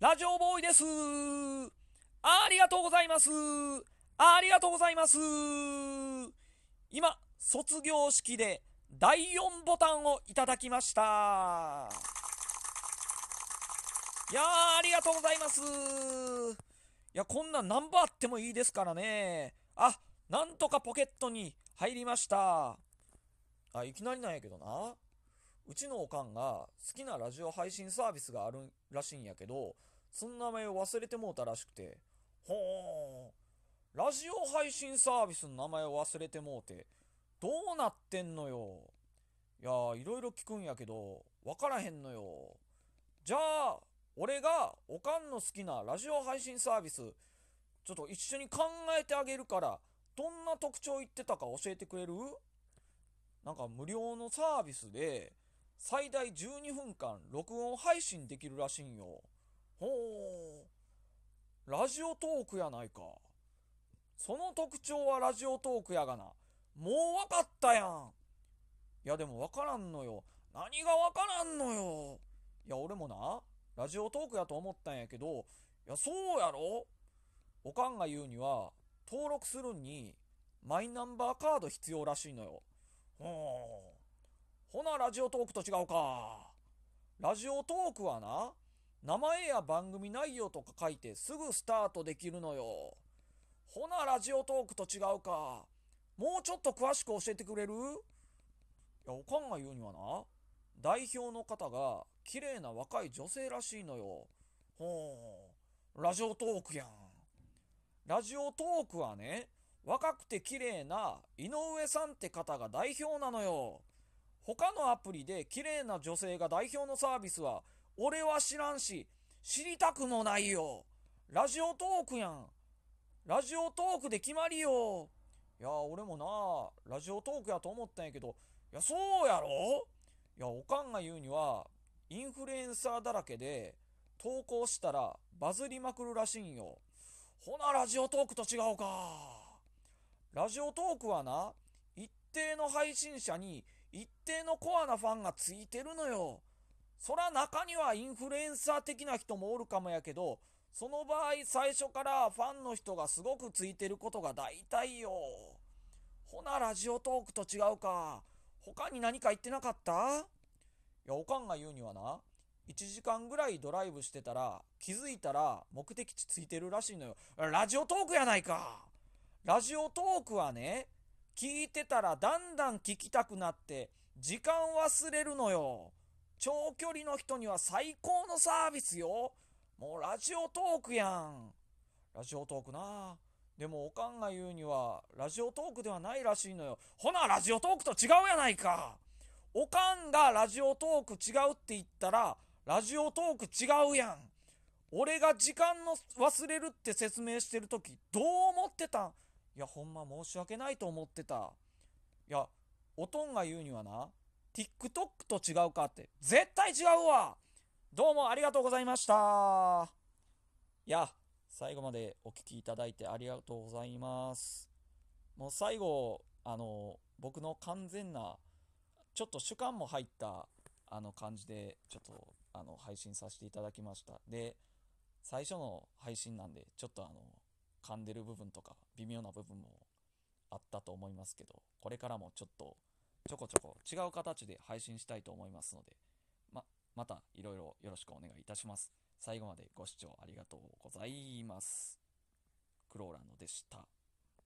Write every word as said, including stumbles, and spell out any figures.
ラジオボーイです。ありがとうございます。ありがとうございます。今、卒業式でだいよんボタンをいただきました。いやー、ありがとうございます。いや、こんな何番あってもいいですからね。あ、なんとかポケットに入りました。あ、いきなりなんやけどな。うちのおかんが好きなラジオ配信サービスがあるらしいんやけど、その名前を忘れてもうたらしくて、ほー、ラジオ配信サービスの名前を忘れてもうて、どうなってんのよ。いやー、いろいろ聞くんやけど、わからへんのよ。じゃあ、俺がおかんの好きなラジオ配信サービス、ちょっと一緒に考えてあげるから、どんな特徴言ってたか教えてくれる？なんか無料のサービスで、最大じゅうにふんかん録音配信できるらしいんよ。ほー、ラジオトークやないか。その特徴はラジオトークやがな。もうわかったやん。いやでもわからんのよ。何がわからんのよ。いや俺もな、ラジオトークやと思ったんやけど、いやそうやろ。おかんが言うには、登録するにマイナンバーカード必要らしいのよ。ほー、ほなラジオトークと違うか。ラジオトークはな、名前や番組内容とか書いてすぐスタートできるのよ。ほなラジオトークと違うか。もうちょっと詳しく教えてくれる？いや、おかんが言うにはな、代表の方が綺麗な若い女性らしいのよ。ほー、ラジオトークやん。ラジオトークはね、若くて綺麗な井上さんって方が代表なのよ。他のアプリで綺麗な女性が代表のサービスは俺は知らんし、知りたくもないよ。ラジオトークやん。ラジオトークで決まりよ。いや俺もな、ラジオトークやと思ったんやけど、いやそうやろ。いやおかんが言うには、インフルエンサーだらけで投稿したらバズりまくるらしいんよ。ほなラジオトークと違うか。ラジオトークはな、一定の配信者に一定のコアなファンがついてるのよ。そら中にはインフルエンサー的な人もおるかもやけど、その場合最初からファンの人がすごくついてることが大体よ。ほなラジオトークと違うか。他に何か言ってなかった？いやおかんが言うにはな、いちじかんぐらいドライブしてたら気づいたら目的地ついてるらしいのよ。ラジオトークやないか。ラジオトークはね、聞いてたらだんだん聞きたくなって時間忘れるのよ。長距離の人には最高のサービスよ。もうラジオトークやん。ラジオトークな。でもおかんが言うにはラジオトークではないらしいのよ。ほなラジオトークと違うやないか。おかんがラジオトーク違うって言ったらラジオトーク違うやん。俺が時間の忘れるって説明してるときどう思ってたん？いやほんま申し訳ないと思ってた。いやおとんが言うにはな、 TikTok と違うかって。絶対違うわ。どうもありがとうございました。いや最後までお聞きいただいてありがとうございます。もう最後あの僕の完全なちょっと主観も入ったあの感じでちょっとあの配信させていただきました。で最初の配信なんでちょっとあの噛んでる部分とか微妙な部分もあったと思いますけど、これからもちょっとちょこちょこ違う形で配信したいと思いますので、ままたいろいろよろしくお願いいたします。最後までご視聴ありがとうございます。クローランドでした。